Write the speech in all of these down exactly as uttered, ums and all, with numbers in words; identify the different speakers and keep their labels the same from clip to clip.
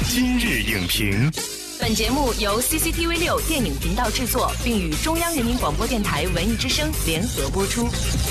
Speaker 1: 今日影评，
Speaker 2: 本节目由 C C T V 六电影频道制作，并与中央人民广播电台文艺之声联合播出。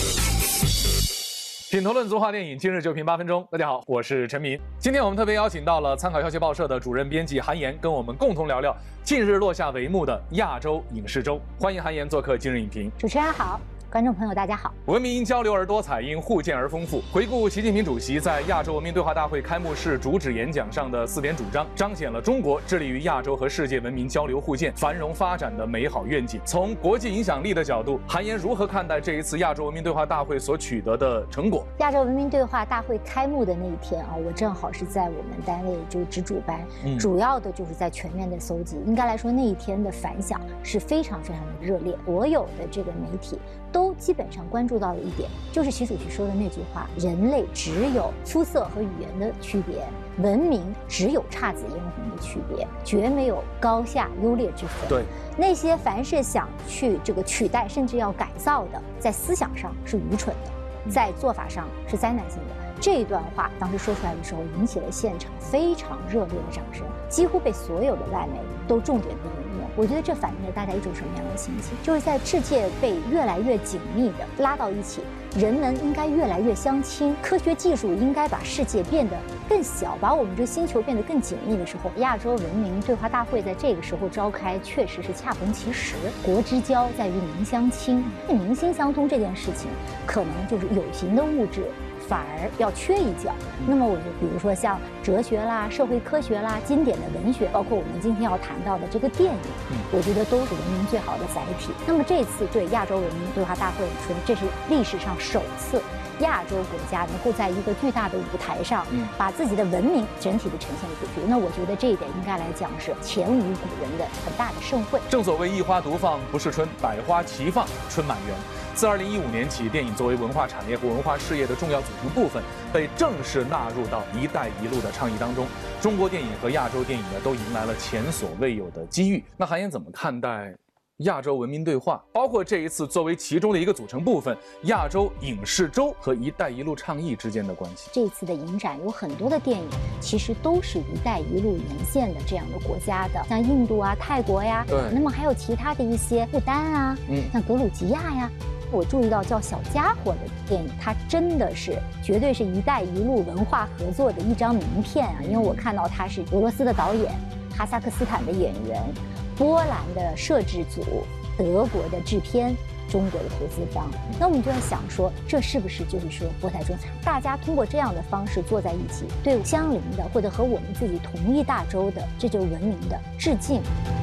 Speaker 3: 品头论足话电影，今日就评八分钟。大家好，我是陈明。今天我们特别邀请到了参考消息报社的主任编辑韩岩，跟我们共同聊聊近日落下帷幕的亚洲影视周。欢迎韩岩做客今日影评。
Speaker 4: 主持人好。观众朋友，大家好。
Speaker 3: 文明因交流而多彩，因互鉴而丰富。回顾习近平主席在亚洲文明对话大会开幕式主旨演讲上的四点主张，彰显了中国致力于亚洲和世界文明交流互鉴、繁荣发展的美好愿景。从国际影响力的角度，韩岩如何看待这一次亚洲文明对话大会所取得的成果？
Speaker 4: 亚洲文明对话大会开幕的那一天啊，我正好是在我们单位就值主班，嗯、主要的就是在全面的搜集。应该来说，那一天的反响是非常非常的热烈，所有的这个媒体都基本上关注到了一点，就是习主席说的那句话：人类只有肤色和语言的区别，文明只有姹紫嫣红的区别，绝没有高下优劣之分。
Speaker 3: 对，
Speaker 4: 那些凡是想去这个取代甚至要改造的，在思想上是愚蠢的，在做法上是灾难性的。这一段话当时说出来的时候，引起了现场非常热烈的掌声，几乎被所有的外媒都重点的引用。我觉得这反映了大家一种什么样的心情？就是在世界被越来越紧密的拉到一起，人们应该越来越相亲，科学技术应该把世界变得更小，把我们这个星球变得更紧密的时候，亚洲文明对话大会在这个时候召开，确实是恰逢其时。国之交在于民相亲，民心相通这件事情，可能就是有形的物质反而要缺一角。那么我就比如说像哲学啦、社会科学啦、经典的文学，包括我们今天要谈到的这个电影，我觉得都是文明最好的载体。那么这次对亚洲文明对话大会说，这是历史上首次亚洲国家能够在一个巨大的舞台上，把自己的文明整体的呈现出去。那我觉得这一点应该来讲是前无古人的很大的盛会。
Speaker 3: 正所谓一花独放不是春，百花齐放春满园。自二零一五年起，电影作为文化产业和文化事业的重要组成部分，被正式纳入到“一带一路”的倡议当中。中国电影和亚洲电影呢，都迎来了前所未有的机遇。那韩岩怎么看待亚洲文明对话，包括这一次作为其中的一个组成部分，亚洲影视周和“一带一路”倡议之间的关系？
Speaker 4: 这一次的影展有很多的电影，其实都是“一带一路”沿线的这样的国家的，像印度啊、泰国呀，
Speaker 3: 对。
Speaker 4: 那么还有其他的一些不丹啊，嗯，像格鲁吉亚呀。我注意到叫《小家伙》的电影，它真的是绝对是一带一路文化合作的一张名片啊！因为我看到它是俄罗斯的导演、哈萨克斯坦的演员、波兰的摄制组、德国的制片、中国的投资方。那我们就在想说，这是不是就是说博采众长？大家通过这样的方式坐在一起，对相邻的或者和我们自己同一大洲的这种文明的致敬。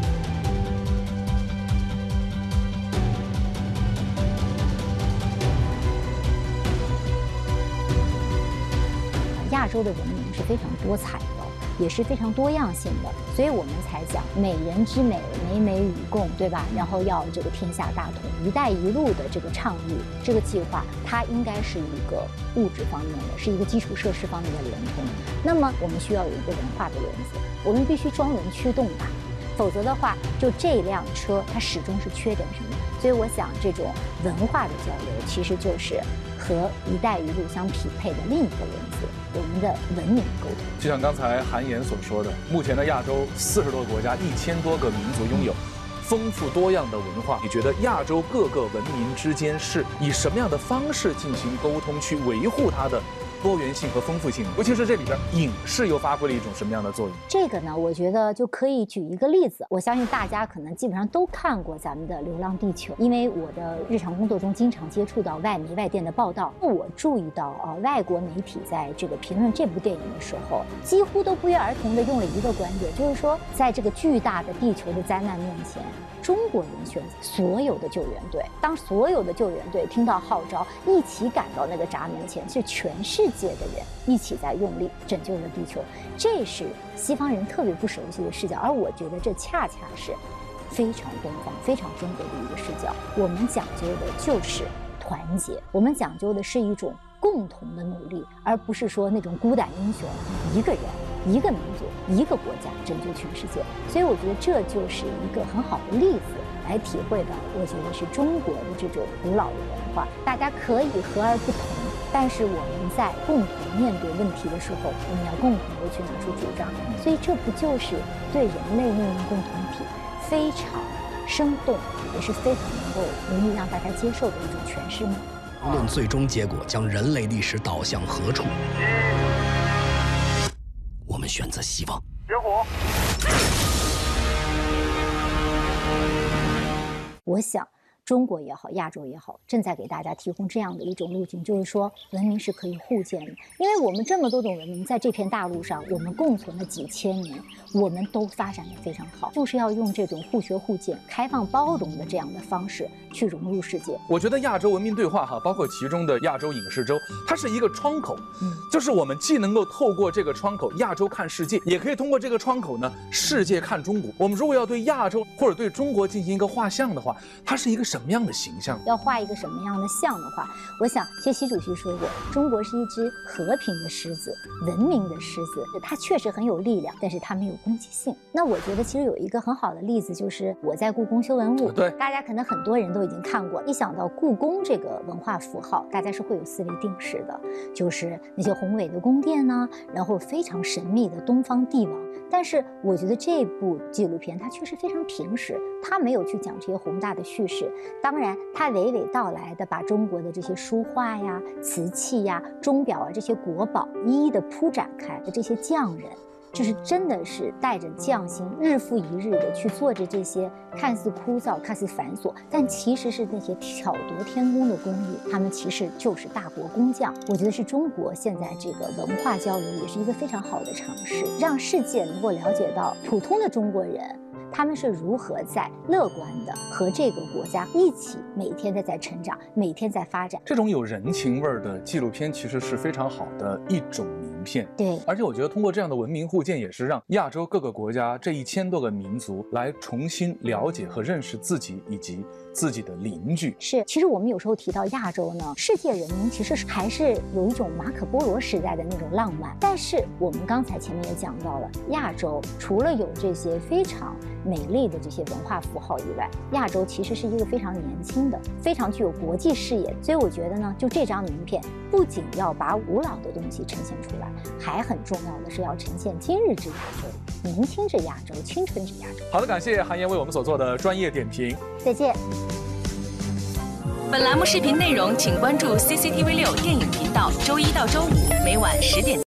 Speaker 4: 亚洲的文明是非常多彩的，也是非常多样性的，所以我们才讲美人之美，美美与共，对吧？然后要这个天下大同，一带一路的这个倡议，这个计划，它应该是一个物质方面的，是一个基础设施方面的联通。那么我们需要有一个文化的轮子，我们必须双轮驱动它，否则的话，就这辆车它始终是缺点什么？所以我想，这种文化的交流，其实就是和“一带一路”相匹配的另一个轮子，我们的文明沟通。
Speaker 3: 就像刚才韩岩所说的，目前的亚洲四十多个国家，一千多个民族拥有丰富多样的文化。你觉得亚洲各个文明之间是以什么样的方式进行沟通，去维护它的多元性和丰富性？尤其是这里边影视又发挥了一种什么样的作用？
Speaker 4: 这个呢，我觉得就可以举一个例子。我相信大家可能基本上都看过咱们的《流浪地球》，因为我的日常工作中经常接触到外媒外电的报道，我注意到啊，外国媒体在这个评论这部电影的时候，几乎都不约而同的用了一个观点，就是说，在这个巨大的地球的灾难面前，中国人选择所有的救援队。当所有的救援队听到号召，一起赶到那个闸门前，是全世界的人一起在用力拯救了地球。这是西方人特别不熟悉的视角，而我觉得这恰恰是非常东方、非常中国的一个视角。我们讲究的就是团结，我们讲究的是一种共同的努力，而不是说那种孤胆英雄，一个人、一个民族、一个国家拯救全世界。所以我觉得这就是一个很好的例子，来体会到，我觉得是中国的这种古老的文化，大家可以和而不同， 但是我们在共同面对问题的时候，我们要共同的去拿出主张。所以这不就是对人类命运共同体非常生动，也是非常能够容易让大家接受的一种诠释吗？
Speaker 1: 无论最终结果将人类历史导向何处，我们选择希望。
Speaker 5: 点火！
Speaker 4: 我想。中国也好，亚洲也好，正在给大家提供这样的一种路径，就是说文明是可以互鉴的。因为我们这么多种文明在这片大陆上，我们共存了几千年，我们都发展得非常好，就是要用这种互学互鉴、开放包容的这样的方式去融入世界。
Speaker 3: 我觉得亚洲文明对话哈，包括其中的亚洲影视周，它是一个窗口，嗯，就是我们既能够透过这个窗口亚洲看世界，也可以通过这个窗口呢世界看中国。我们如果要对亚洲或者对中国进行一个画像的话，它是一个什么样的形象？
Speaker 4: 要画一个什么样的像的话，我想，其实习主席说过，中国是一只和平的狮子，文明的狮子。它确实很有力量，但是它没有攻击性。那我觉得其实有一个很好的例子，就是我在故宫修文物，
Speaker 3: 对，
Speaker 4: 大家可能很多人都已经看过。一想到故宫这个文化符号，大家是会有思维定式的，就是那些宏伟的宫殿呢、啊，然后非常神秘的东方帝王。但是我觉得这部纪录片它确实非常平实，它没有去讲这些宏大的叙事。当然，它娓娓道来的把中国的这些书画呀、瓷器呀、钟表啊这些国宝一一的铺展开的这些匠人。就是真的是带着匠心，日复一日的去做着这些看似枯燥、看似繁琐，但其实是那些巧夺天工的工艺。他们其实就是大国工匠。我觉得是中国现在这个文化交流也是一个非常好的尝试，让世界能够了解到普通的中国人。他们是如何在乐观的和这个国家一起，每天在在成长，每天在发展。
Speaker 3: 这种有人情味儿的纪录片，其实是非常好的一种名片。
Speaker 4: 对，
Speaker 3: 而且我觉得通过这样的文明互鉴，也是让亚洲各个国家这一千多个民族来重新了解和认识自己以及自己的邻居。
Speaker 4: 是，其实我们有时候提到亚洲呢，世界人民其实是还是有一种马可波罗时代的那种浪漫。但是我们刚才前面也讲到了，亚洲除了有这些非常美丽的这些文化符号以外，亚洲其实是一个非常年轻的、非常具有国际视野。所以我觉得呢，就这张名片，不仅要把古老的东西呈现出来，还很重要的是要呈现今日之亚洲、年轻之亚洲、青春之亚洲。
Speaker 3: 好的，感谢韩岩为我们所做的专业点评。
Speaker 4: 再见。
Speaker 2: 本栏目视频内容，请关注 C C T V 六电影频道，周一到周五每晚十点。